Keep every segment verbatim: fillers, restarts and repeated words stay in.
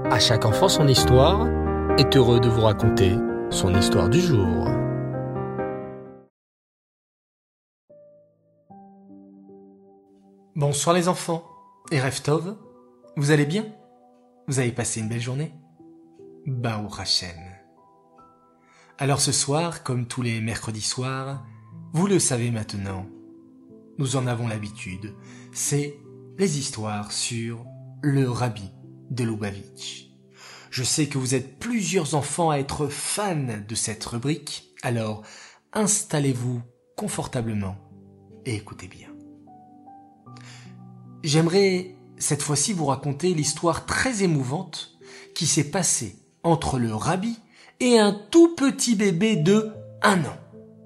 À chaque enfant son histoire est heureux de vous raconter son histoire du jour. Bonsoir les enfants, et Erev Tov, vous allez bien? Vous avez passé une belle journée? Baruch Hashem. Alors ce soir, comme tous les mercredis soirs, vous le savez maintenant, nous en avons l'habitude, c'est les histoires sur le Rabbi de Lubavitch. Je sais que vous êtes plusieurs enfants à être fans de cette rubrique, alors installez-vous confortablement et écoutez bien. J'aimerais cette fois-ci vous raconter l'histoire très émouvante qui s'est passée entre le Rabbi et un tout petit bébé de un an.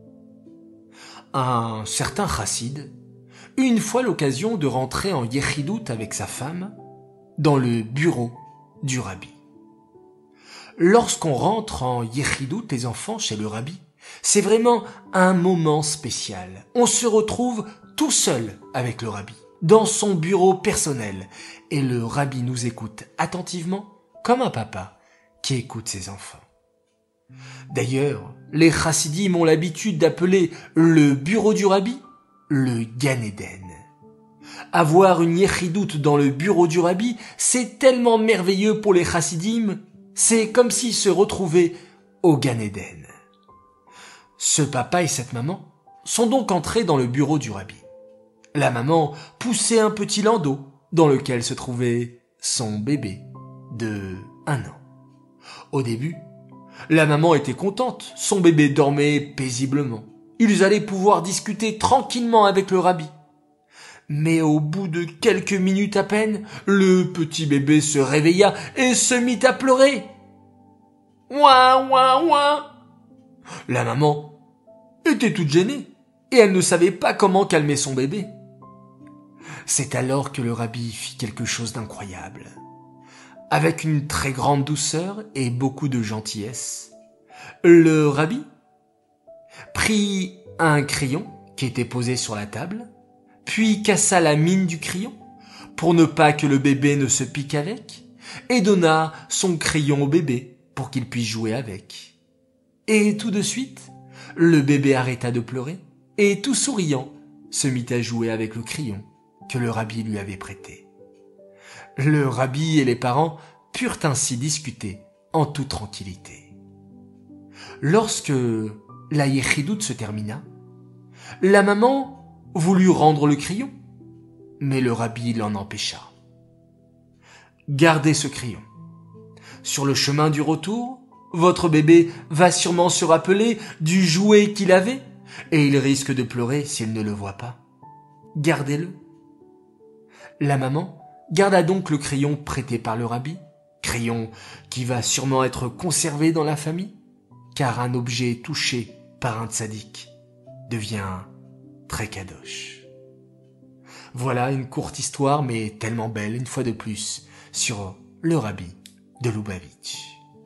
Un certain chassid eut une fois l'occasion de rentrer en Yechidout avec sa femme dans le bureau du Rabbi. Lorsqu'on rentre en Yechidout, les enfants, chez le Rabbi, c'est vraiment un moment spécial. On se retrouve tout seul avec le Rabbi, dans son bureau personnel, et le Rabbi nous écoute attentivement, comme un papa qui écoute ses enfants. D'ailleurs, les chassidim ont l'habitude d'appeler le bureau du Rabbi le Gan Eden. Avoir une Yechidout dans le bureau du Rabbi, c'est tellement merveilleux pour les chassidim, c'est comme s'ils se retrouvaient au Gan Eden. Ce papa et cette maman sont donc entrés dans le bureau du Rabbi. La maman poussait un petit landau dans lequel se trouvait son bébé de un an. Au début, la maman était contente, son bébé dormait paisiblement. Ils allaient pouvoir discuter tranquillement avec le Rabbi. Mais au bout de quelques minutes à peine, le petit bébé se réveilla et se mit à pleurer. Ouin, ouin, ouin. La maman était toute gênée et elle ne savait pas comment calmer son bébé. C'est alors que le Rabbi fit quelque chose d'incroyable. Avec une très grande douceur et beaucoup de gentillesse, le Rabbi prit un crayon qui était posé sur la table, puis cassa la mine du crayon pour ne pas que le bébé ne se pique avec, et donna son crayon au bébé pour qu'il puisse jouer avec. Et tout de suite, le bébé arrêta de pleurer et tout souriant se mit à jouer avec le crayon que le Rabbi lui avait prêté. Le Rabbi et les parents purent ainsi discuter en toute tranquillité. Lorsque la Yechidout se termina, la maman voulut rendre le crayon, mais le Rabbi l'en empêcha. Gardez ce crayon. Sur le chemin du retour, votre bébé va sûrement se rappeler du jouet qu'il avait, et il risque de pleurer s'il ne le voit pas. Gardez-le. La maman garda donc le crayon prêté par le Rabbi, crayon qui va sûrement être conservé dans la famille, car un objet touché par un tzaddik devient très kadosh. Voilà une courte histoire, mais tellement belle, une fois de plus, sur le Rabbi de Lubavitch.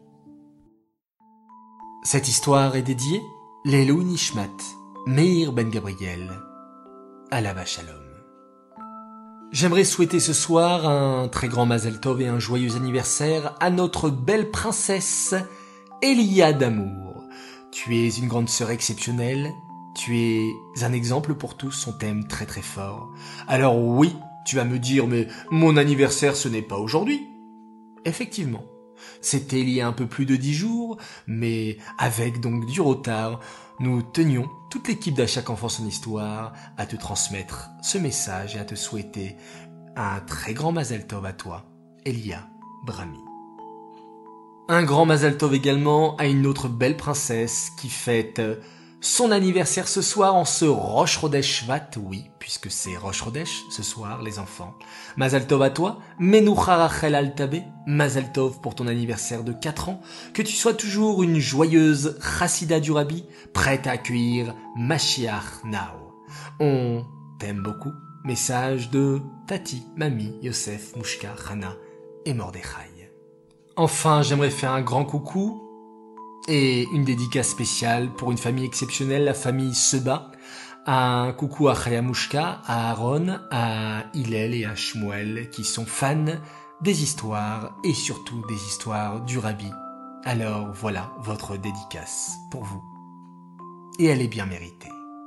Cette histoire est dédiée Leilou Nishmat, Meir Ben Gabriel, Alava Shalom. J'aimerais souhaiter ce soir un très grand Mazel Tov et un joyeux anniversaire à notre belle princesse Elia d'amour. Tu es une grande sœur exceptionnelle, tu es un exemple pour tous, on t'aime très très fort. Alors oui, tu vas me dire, mais mon anniversaire ce n'est pas aujourd'hui. Effectivement, c'était il y a un peu plus de dix jours, mais avec donc du retard, nous tenions, toute l'équipe d'À chaque enfant son histoire, à te transmettre ce message et à te souhaiter un très grand Mazel Tov à toi, Elia Brami. Un grand Mazel Tov également à une autre belle princesse qui fête son anniversaire ce soir en ce Rosh Chodesh Shvat, oui, puisque c'est Rosh Chodesh ce soir, les enfants. Mazel Tov à toi, Menucha Rachel Altabé, Mazel Tov pour ton anniversaire de quatre ans, que tu sois toujours une joyeuse chassida du Rabbi, prête à accueillir Mashiach Now. On t'aime beaucoup. Message de Tati, Mamie, Yosef, Mouchka, Hana et Mordechai. Enfin, j'aimerais faire un grand coucou et une dédicace spéciale pour une famille exceptionnelle, la famille Seba. Un coucou à Chaya Mouchka, à Aaron, à Hillel et à Shmuel qui sont fans des histoires et surtout des histoires du Rabbi. Alors voilà votre dédicace pour vous. Et elle est bien méritée.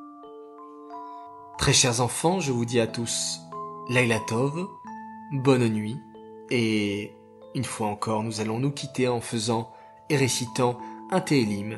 Très chers enfants, je vous dis à tous Laila Tov, bonne nuit, et une fois encore nous allons nous quitter en faisant et récitant un Télim.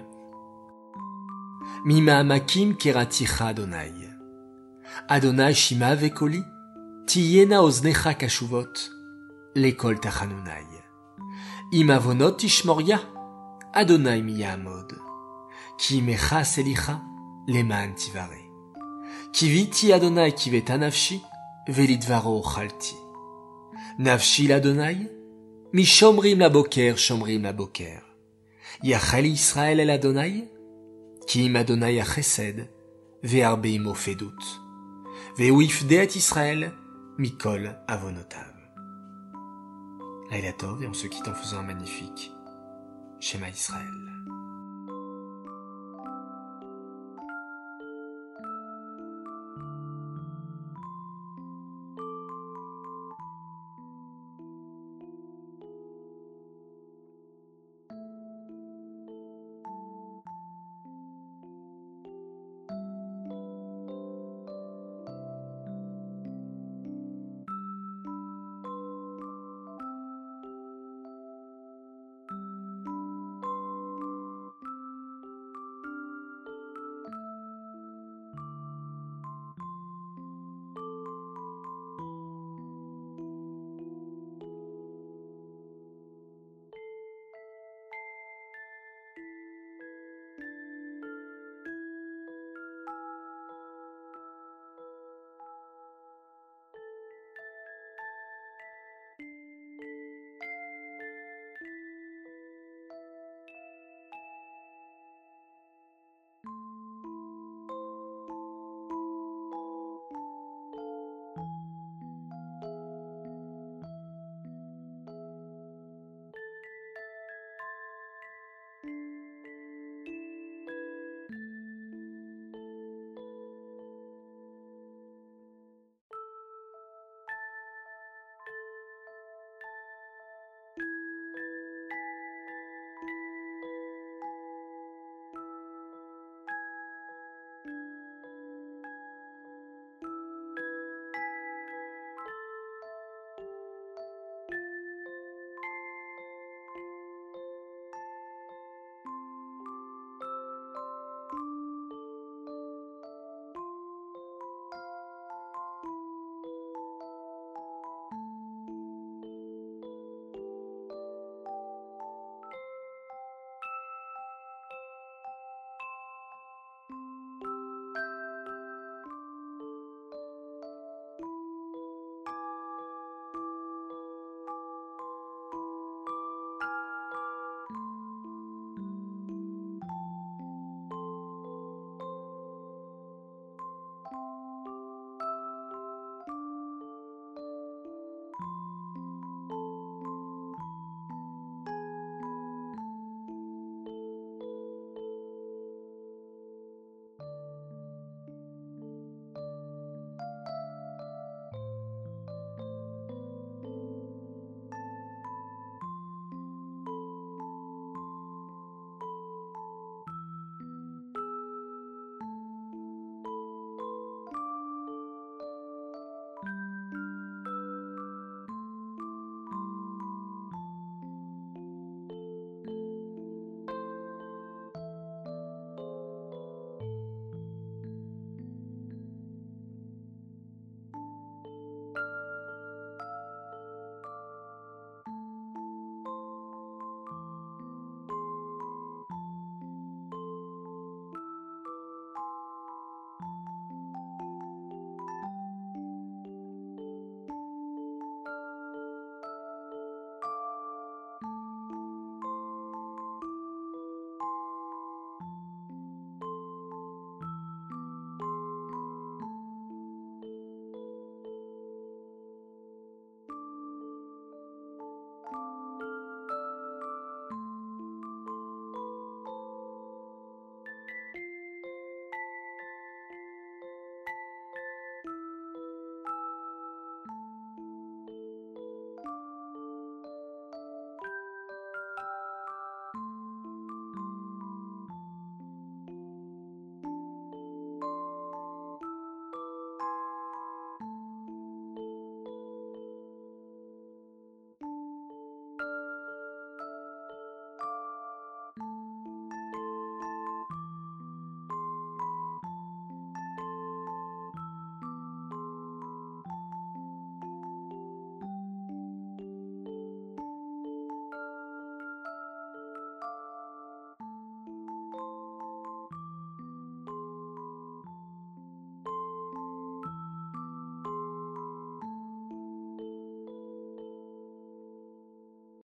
Mima amakim keraticha Adonai. Adonai shima vekoli, tiyena oznecha kashuvot, lekol tachanunai. Im avonot tishmoria, Adonai miyamod. Ki mecha selicha, leman tivare. Kiviti Adonai kiveta nafshi, velidvaro chalti. Nafshi l'Adonai, mi shomrim la boker, shomrim la boker. Yachal Israël el Adonai, ki im Adonai achesed, ve'arbe imo fedut. Ve'u yifdeh et Israël, mikol avonotav. Laila Tov, et on se quitte en faisant un magnifique Shema Israël.